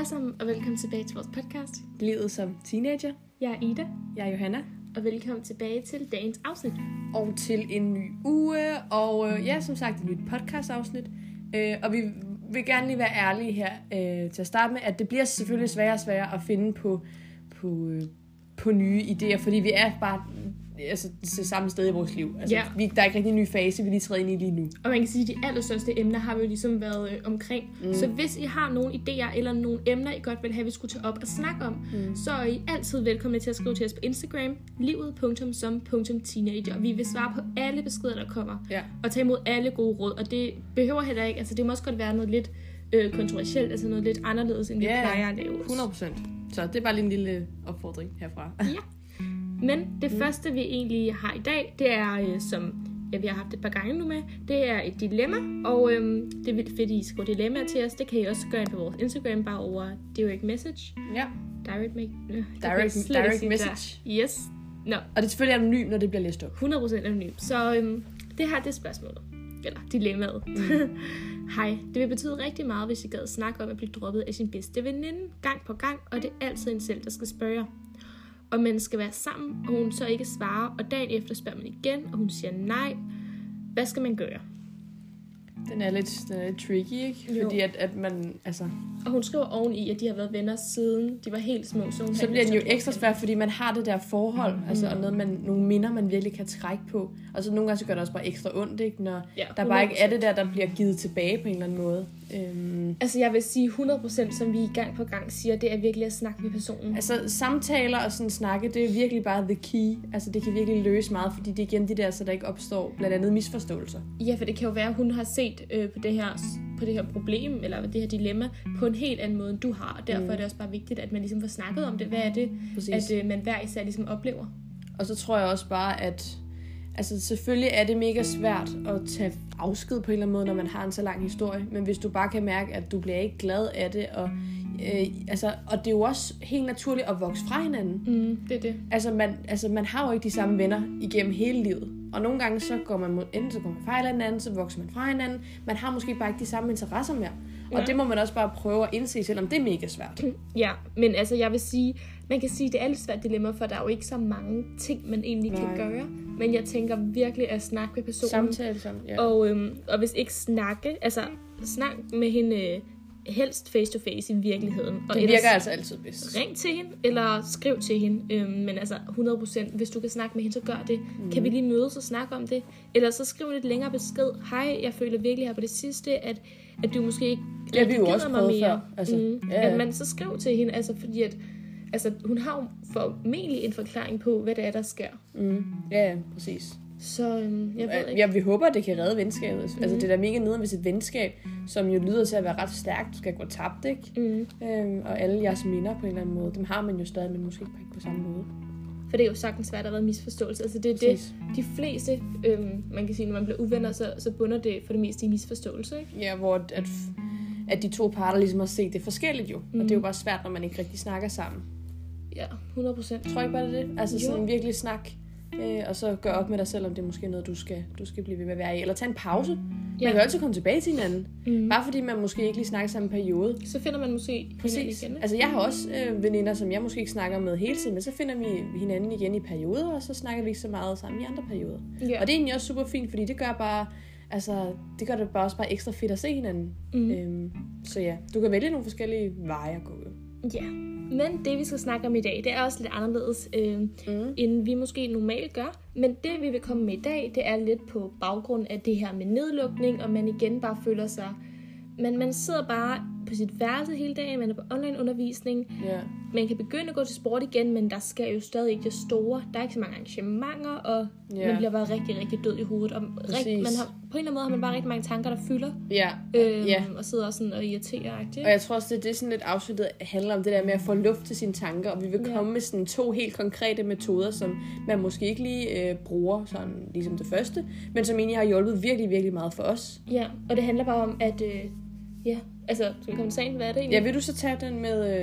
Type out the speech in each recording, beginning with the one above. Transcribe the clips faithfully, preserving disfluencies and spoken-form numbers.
Hej sammen, og velkommen tilbage til vores podcast. Livet som teenager. Jeg er Ida. Jeg er Johanna. Og velkommen tilbage til dagens afsnit. Og til en ny uge, og øh, ja, som sagt et nyt podcast-afsnit. Øh, og vi vil gerne lige være ærlige her øh, til at starte med, at det bliver selvfølgelig sværere og sværere at finde på, på, øh, på nye idéer, fordi vi er bare altså, til samme sted i vores liv. Altså, ja. vi, der er ikke rigtig en ny fase, vi lige træder ind i lige nu. Og man kan sige, at de allerstørste emner har vi jo ligesom været øh, omkring. Mm. Så hvis I har nogle idéer eller nogle emner, I godt vil have, vi skulle tage op og snakke om, mm. så er I altid velkomne til at skrive til os på Instagram, livet punktum som punktum teenager. Vi vil svare på alle beskeder, der kommer, ja. og tage imod alle gode råd. Og det behøver heller ikke, altså det må også godt være noget lidt øh, kontroversielt, altså noget lidt anderledes, end vi yeah, plejer at lave. hundrede procent. Så det er bare lige en lille opfordring herfra. Ja. Men det mm. første, vi egentlig har i dag, det er, øh, som ja, vi har haft et par gange nu med, det er et dilemma, og øhm, det er vildt fedt, at I skriver dilemmaer til os. Det kan I også gøre ind på vores Instagram, bare over direct message. Ja. Direct, me- øh, direct, direct message. Der. Yes. No. Og det er selvfølgelig anonym, når det bliver læst op. hundrede procent anonym. Så øhm, det her, det er spørgsmålet. Eller dilemmaet. Mm. Hej, det vil betyde rigtig meget, hvis I gad snakke om at blive droppet af sin bedste veninde gang på gang, og det er altid en selv, der skal spørge. Og man skal være sammen, og hun så ikke svarer, og dagen efter spørger man igen, og hun siger nej. Hvad skal man gøre? Den er lidt, den er lidt tricky, ikke? Jo. Fordi at, at man, altså... Og hun skriver oveni, at de har været venner siden de var helt små. Så, hun så bliver den jo ekstra svær, fordi man har det der forhold, mm. altså, og noget, man, nogle minder, man virkelig kan trække på. Og så nogle gange så gør det også bare ekstra ondt, ikke? Når ja, der bare ikke er det der, der bliver givet tilbage på en eller anden måde. Øhm. Altså jeg vil sige hundrede procent, som vi gang på gang siger, det er virkelig at snakke med personen. Altså samtaler og sådan snakke, det er virkelig bare the key. Altså det kan virkelig løse meget, fordi det er igen de der, så der ikke opstår blandt andet misforståelser. Ja, for det kan jo være, at hun har set øh, på, det her, på det her problem, eller det her dilemma, på en helt anden måde, end du har. Og derfor mm. er det også bare vigtigt, at man ligesom får snakket om det. Hvad er det, Præcis. at øh, man hver især ligesom oplever? Og så tror jeg også bare, at altså selvfølgelig er det mega svært at tage afsked på en eller anden måde, når man har en så lang historie. Men hvis du bare kan mærke, at du bliver ikke glad af det, og, øh, altså, og det er jo også helt naturligt at vokse fra hinanden. Mm, det er det. Altså man, altså man har jo ikke de samme venner igennem hele livet. Og nogle gange så går man mod enten så går man fra hinanden, så vokser man fra hinanden. Man har måske bare ikke de samme interesser mere. Og ja. Det må man også bare prøve at indse, selvom det er mega svært. Ja, men altså jeg vil sige, man kan sige, det er lidt svært dilemma, for der er jo ikke så mange ting, man egentlig Nej. kan gøre. Men jeg tænker virkelig at snakke med personen. Samtale sammen, ja. Og, øhm, og hvis ikke snakke, altså snak med hende øh, helst face to face i virkeligheden. Og det virker altså altid bedst. Ring til hende, eller skriv til hende. Øhm, men altså hundrede procent, hvis du kan snakke med hende, så gør det. Mm. Kan vi lige mødes og snakke om det? Eller så skriv lidt længere besked. Hej, jeg føler virkelig her på det sidste, at, at du måske ikke ja, vi jo også mig mere. Før. Altså, mm. ja, ja. At man så skriv til hende, altså fordi at altså, hun har jo formentlig en forklaring på, hvad det er, der sker. Mm. Ja, ja, præcis. Så øhm, jeg ved ikke. Ja, vi håber, at det kan redde venskabet. Mm. Altså, det er da mega nederen, hvis et venskab, som jo lyder til at være ret stærkt, skal gå tabt, ikke? Mm. Øhm, og alle jeres minder på en eller anden måde, dem har man jo stadig, men måske ikke på samme måde. For det er jo sagtens svært at redde misforståelse. Altså, det er det, de fleste, øhm, man kan sige, når man bliver uvenner, så, så bunder det for det meste i misforståelse, ikke? Ja, hvor at, at de to parter ligesom har set det forskelligt jo. Mm. Og det er jo bare svært, når man ikke rigtig snakker sammen. Ja, hundrede procent. Tror jeg ikke bare det er det? Altså jo. Sådan virkelig snak, øh, og så gør op med dig selv, om det er måske noget, du skal, du skal blive ved med at være i. Eller tage en pause. Ja. Man kan jo altid komme tilbage til hinanden. Mm. Bare fordi man måske ikke lige snakker samme periode. Så finder man måske Præcis. igen. Altså jeg har også øh, veninder, som jeg måske ikke snakker med hele tiden, men så finder vi hinanden igen i perioder, og så snakker vi ikke så meget sammen i andre perioder. Ja. Og det er egentlig også super fint, fordi det gør bare, altså det gør det bare også bare ekstra fedt at se hinanden. Mm. Øhm, så ja, du kan vælge nogle forskellige veje at gå. Ja. Men det, vi skal snakke om i dag, det er også lidt anderledes, øh, mm. end vi måske normalt gør. Men det, vi vil komme med i dag, det er lidt på baggrund af det her med nedlukning, og man igen bare føler sig... Men man sidder bare på sit værelse hele dagen, man er på online undervisning. Yeah. Man kan begynde at gå til sport igen, men der sker jo stadig ikke det store. Der er ikke så mange arrangementer, og yeah. man bliver bare rigtig, rigtig død i hovedet. Og rigt, man har, på en eller anden måde har man bare rigtig mange tanker, der fylder. Yeah. Øhm, yeah. Og sidder også sådan og irriterer. Og jeg tror også, det, det er sådan lidt afsluttet handler om det der med at få luft til sine tanker. Og vi vil komme yeah. med sådan to helt konkrete metoder, som man måske ikke lige øh, bruger sådan ligesom det første, men som egentlig har hjulpet virkelig, virkelig meget for os. Ja, og det handler bare om, at... Øh, ja, altså, skal vi komme til sagen? Hvad er det egentlig? Ja, vil du så tage den med... Øh...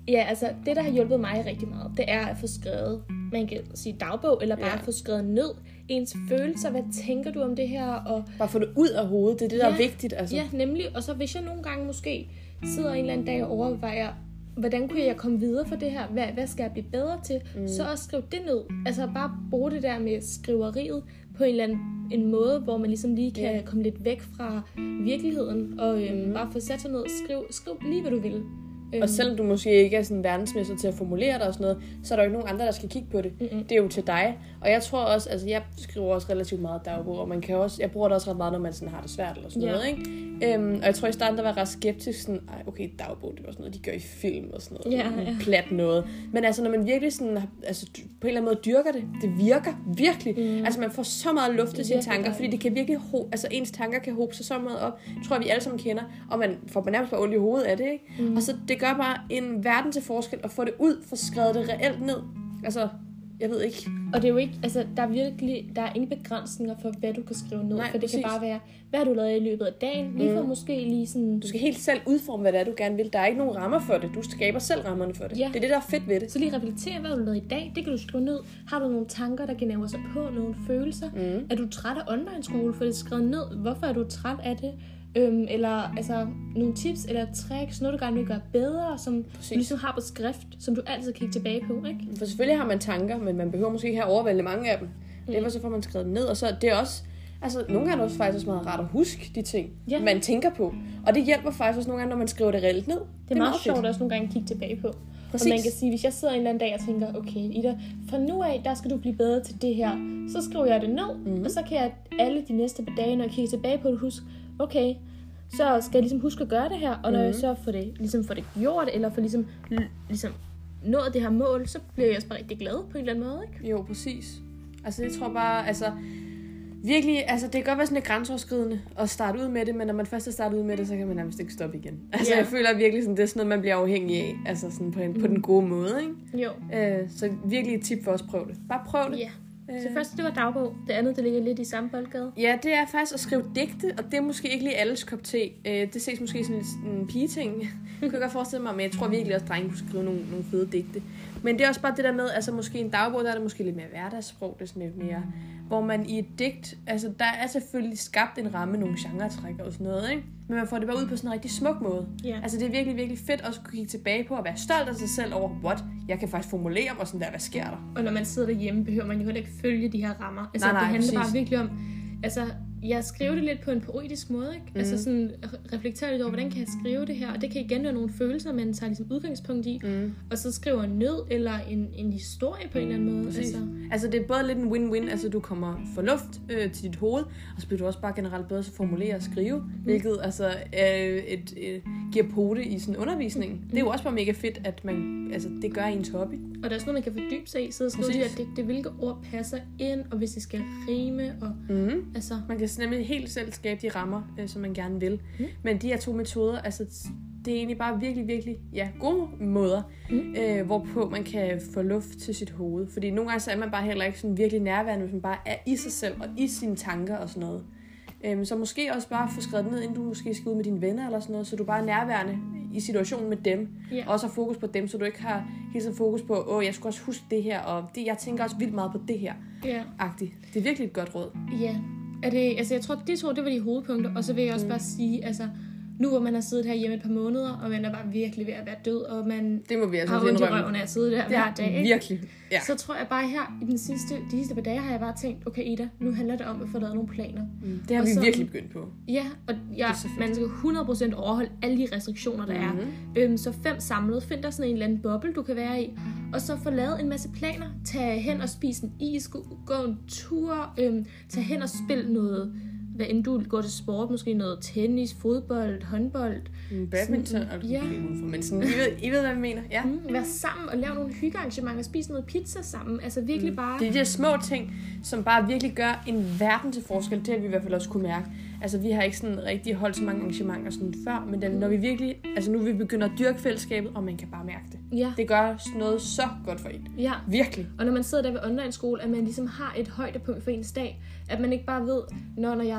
Ja, altså det, der har hjulpet mig rigtig meget, det er at få skrevet, man kan sige dagbog, eller bare Ja. få skrevet ned ens følelser. Hvad tænker du om det her? Og Bare få det ud af hovedet, det er det, der Ja. er vigtigt. Altså. ja, nemlig. Og så hvis jeg nogle gange måske sidder en eller anden dag og overvejer, hvordan kunne jeg komme videre for det her? Hvad, hvad skal jeg blive bedre til? Mm. Så også skriv det ned. Altså bare bruge det der med skriveriet på en eller anden en måde, hvor man ligesom lige kan Yeah. komme lidt væk fra virkeligheden, og øhm, Mm. bare få sat sig ned og skriv, skriv lige, hvad du vil. Og selvom du måske ikke er sådan verdensmester til at formulere dig og sådan noget, så er der jo ikke nogen andre, der skal kigge på det. Mm-mm. Det er jo til dig. Og jeg tror også, altså jeg skriver også relativt meget dagbog, og man kan også, jeg bruger det også ret meget, når man sådan har det svært eller sådan Ja. noget, ikke? Øhm, og jeg tror i starten, der var ret skeptisk, sådan, ej, okay, dagbog, det var sådan noget, de gør i film og sådan noget. Ja, sådan ja. Plat noget. Men altså, når man virkelig sådan, altså, på en eller anden måde dyrker det, det virker virkelig. Mm. Altså, man får så meget luft til sine Virkelig tanker, dejligt. fordi det kan virkelig, ho- altså ens tanker kan hobe sig så meget op. Det tror jeg, vi alle sammen kender, og man får nærmest bare ondt i hovedet af det, ikke? Mm. Og så det gør bare en verden til forskel at få det ud, få skrevet det reelt ned. Altså, jeg ved ikke. Og det er jo ikke, altså der er virkelig, der er ingen begrænsninger for, hvad du kan skrive ned. Nej, for det præcis. kan bare være, hvad har du lavet i løbet af dagen? Lige for Mm. måske lige sådan... Du skal helt selv udforme, hvad det er, du gerne vil. Der er ikke nogen rammer for det. Du skaber selv rammerne for det. Ja. Det er det, der er fedt ved det. Så lige reflektere, hvad har du lavet i dag? Det kan du skrive ned. Har du nogle tanker, der gnaver sig på? Nogle følelser? Mm. Er du træt af online-skole? For det er skrevet ned. Hvorfor er du træt af det? Øhm, eller altså nogle tips eller tricks, noget du gerne vil gøre bedre, som Præcis. du ligesom har på skrift, som du altid kan kigge tilbage på, ikke? For selvfølgelig har man tanker, men man behøver måske ikke have overvældet mange af dem. Mm. Derfor så får man skrevet dem ned, og så det er også, altså nogle gange er det også faktisk også meget rart at huske de ting, Ja. man tænker på. Og det hjælper faktisk også nogle gange, når man skriver det reelt ned. Det er meget sjovt også nogle gange at kigge tilbage på. Præcis. Og man kan sige, hvis jeg sidder en eller anden dag og tænker, okay Ida, fra nu af, der skal du blive bedre til det her. Så skriver jeg det ned, mm. og så kan jeg alle de næste par dage, når jeg kigger tilbage på det, huske, okay, så skal jeg ligesom huske at gøre det her, og når mm. jeg så får det, ligesom får det gjort, eller får ligesom, ligesom nået det her mål, så bliver jeg også bare rigtig glad på en eller anden måde, ikke? Jo, præcis. Altså det tror jeg bare, altså virkelig, altså det kan godt være sådan lidt grænseoverskridende at starte ud med det, men når man først er startet ud med det, så kan man nærmest ikke stoppe igen. Altså Ja. jeg føler virkelig sådan, det er sådan noget, man bliver afhængig af, altså sådan på, en, mm. på den gode måde, ikke? Jo. Øh, så virkelig et tip for os, prøv det. Bare prøv det. Ja. Så Øh. først det var dagbog, det andet det ligger lidt i samme boldgade. Ja, det er faktisk at skrive digte, og det er måske ikke lige alles kop te. Øh, det ses måske sådan en, en pigeting. Det kan jeg godt forestille mig, men jeg tror virkelig også, at drenge kunne skrive nogle, nogle fede digte. Men det er også bare det der med, altså måske en dagbog, der er det måske lidt mere hverdagssprog, det er sådan lidt mere, hvor man i et digt, altså der er selvfølgelig skabt en ramme, nogle genretræk og sådan noget, ikke? Men man får det bare ud på sådan en rigtig smuk måde. Ja. Altså det er virkelig, virkelig fedt også at kunne kigge tilbage på og være stolt af sig selv over, what, jeg kan faktisk formulere mig sådan der, hvad sker der? Og når man sidder derhjemme, behøver man jo heller ikke følge de her rammer. Altså, Nej, nej, det handler præcis. bare virkelig om, altså, jeg skriver det lidt på en poetisk måde, ikke? Mm. Altså sådan, reflekterer lidt over, hvordan kan jeg skrive det her? Og det kan igen være nogle følelser, man tager ligesom udgangspunkt i, Mm. og så skriver en nød eller en, en historie på en eller anden måde. Præcis. Altså, Altså det er både lidt en win-win, altså du kommer for luft øh, til dit hoved, og så bliver du også bare generelt bedre til at formulere og skrive, mm. hvilket altså øh, et, et, giver pote i sådan undervisning. Mm. Det er jo også bare mega fedt, at man, altså det gør ens hobby. og der er også noget, man kan fordybe sig i, så skrive de her digte, hvilke ord passer ind, og hvis det skal rime, og Mm. altså... Man kan nemlig helt selv skabe de rammer, øh, som man gerne vil. Mm. Men de her to metoder, altså det er egentlig bare virkelig, virkelig ja, gode måder, mm. øh, hvorpå man kan få luft til sit hoved. Fordi nogle gange så er man bare heller ikke sådan virkelig nærværende, hvis man bare er i sig selv og i sine tanker og sådan noget. Øhm, så måske også bare få skrevet ned, inden du måske skal ud med dine venner eller sådan noget, så du bare er nærværende i situationen med dem. Ja. Og også har fokus på dem, så du ikke har hele tiden fokus på, åh, jeg skulle også huske det her, og det, jeg tænker også vildt meget på det her. Ja. Agtigt. Det er virkelig et godt råd. Ja, er det, altså jeg tror, de to, det var de hovedpunkter, og så vil jeg også mm. bare sige, altså, nu hvor man har siddet her hjemme et par måneder, og man er bare virkelig ved at være død, og man Det må vi altså har ondt i indrømme. røven af at sidde der Det hver er dag, ikke? virkelig. Ja. Så tror jeg bare her, i den sidste, de sidste par dage, har jeg bare tænkt, okay Ida, nu handler det om at få lavet nogle planer. Mm. Det har Og vi så- virkelig begyndt på. Ja, og ja, så fedt. man skal hundrede procent overholde alle de restriktioner, der Mhm. er. Øhm, så fem samlet, find dig sådan en eller anden boble, du kan være i, og så få lavet en masse planer. Tag hen og spis en is, gå, gå en tur, øhm, tag hen og spil noget, hvad end du går til sport, måske noget tennis, fodbold, håndbold. Mm, badminton, Sådan, og ja. men sådan, I ved, I ved, hvad jeg mener. Ja. Mm, vær sammen og lave nogle hyggearrangementer, spise noget pizza sammen. Altså virkelig mm. bare... Det er de der små ting, som bare virkelig gør en verden til forskel. Det har vi i hvert fald også kunne mærke. Altså, vi har ikke sådan rigtig holdt så mange arrangementer sådan før, men da, når vi virkelig, altså nu vi begynder at dyrke fællesskabet, og man kan bare mærke det. Ja. Det gør noget så godt for en. Ja. Virkelig. Og når man sidder der ved online skole, at man ligesom har et højdepunkt for ens dag. At man ikke bare ved, når, når jeg er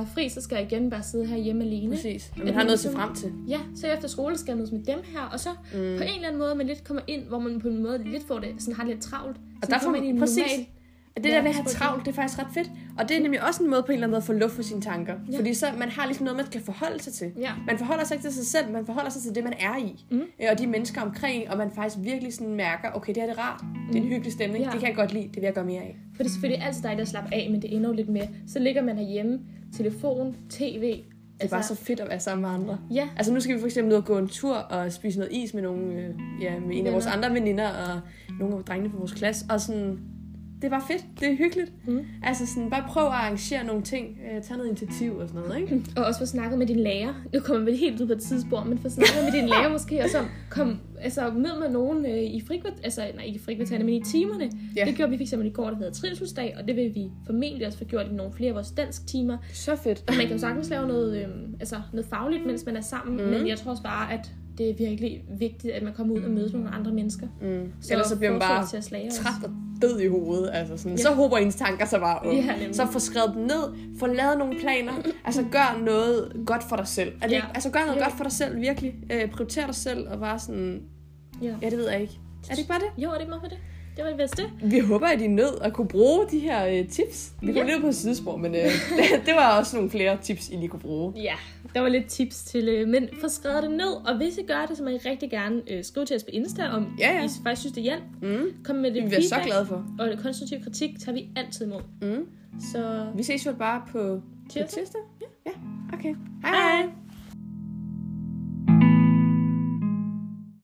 har fri, så skal jeg igen bare sidde her hjemme alene. Præcis. Og man har noget at se frem til. Ja, så efter skole skal jeg mødes med dem her, og så mm. på en eller anden måde, man lidt kommer ind, hvor man på en måde lidt får det, sådan har lidt travlt. Og der får man en præcis. Normal, det der med at have travlt, det er faktisk ret fedt. Og det er nemlig også en måde på en eller anden måde at få luft for sine tanker. Ja. Fordi så man har ligesom noget, man kan forholde sig til. Ja. Man forholder sig ikke til sig selv, man forholder sig til det, man er i. Mm. Og de mennesker omkring, og man faktisk virkelig sådan mærker, okay, det her det er rart. Mm. Det er en hyggelig stemning, ja. Det kan jeg godt lide, det vil jeg gøre mere af. For det er selvfølgelig altid dejligt at slappe af, men det ender jo lidt mere. Så ligger man herhjemme, telefon, tv. Det er altså, bare så fedt at være sammen med andre. Ja. Altså nu skal vi for eksempel ud og gå en tur og spise noget is med nogle, øh, ja, med en af vores andre veninder og nogle af drengene fra vores klasse. Og sådan, det er bare fedt. Det er hyggeligt. Mm. Altså sådan, bare prøv at arrangere nogle ting. Øh, tage noget initiativ og sådan noget, ikke? Og også få snakket med din lærer. Nu kommer vi helt ud på et tidsspor, men få snakket med din lærer måske, og så kom, altså, mød med nogen øh, i frikvarter, altså nej, ikke i frikvartererne, men i timerne. Yeah. Det gjorde vi fx i går, der hedder trivselsdag, og det vil vi formentlig også få gjort i nogle flere af vores dansk timer. Så fedt. Og man kan jo sagtens lave noget, øh, altså, noget fagligt, mens man er sammen, mm. men jeg tror også bare, at det er virkelig vigtigt, at man kommer ud og mødes med nogle andre mennesker. Mm. Så ellers så bliver man bare træt og død i hovedet. Altså sådan. Ja. Så håber ens tanker sig bare op. Ja, så få skrevet dem ned, få lavet nogle planer. Altså gør noget godt for dig selv. Er det, ja. Altså gør noget ja. godt for dig selv, virkelig. Øh, prioriter dig selv og bare sådan... Ja. ja, det ved jeg ikke. Er det ikke bare det? Jo, er det ikke meget for det? Det var det bedste. Vi håber, at I nød at kunne bruge de her øh, tips. Vi kunne ja. lidt på et sidespor, men øh, det, det var også nogle flere tips, I lige kunne bruge. Ja, der var lidt tips til, øh, men få skrevet det ned. Og hvis I gør det, så må I rigtig gerne øh, skrive til os på Insta, om ja, ja. I faktisk synes, det hjælp. Mm. Kom med det feedback. Vi er så glade for. Og det konstruktiv kritik tager vi altid imod. Mm. Så vi ses jo bare på tirsdag. På tirsdag? Ja. ja, okay. Hej hej.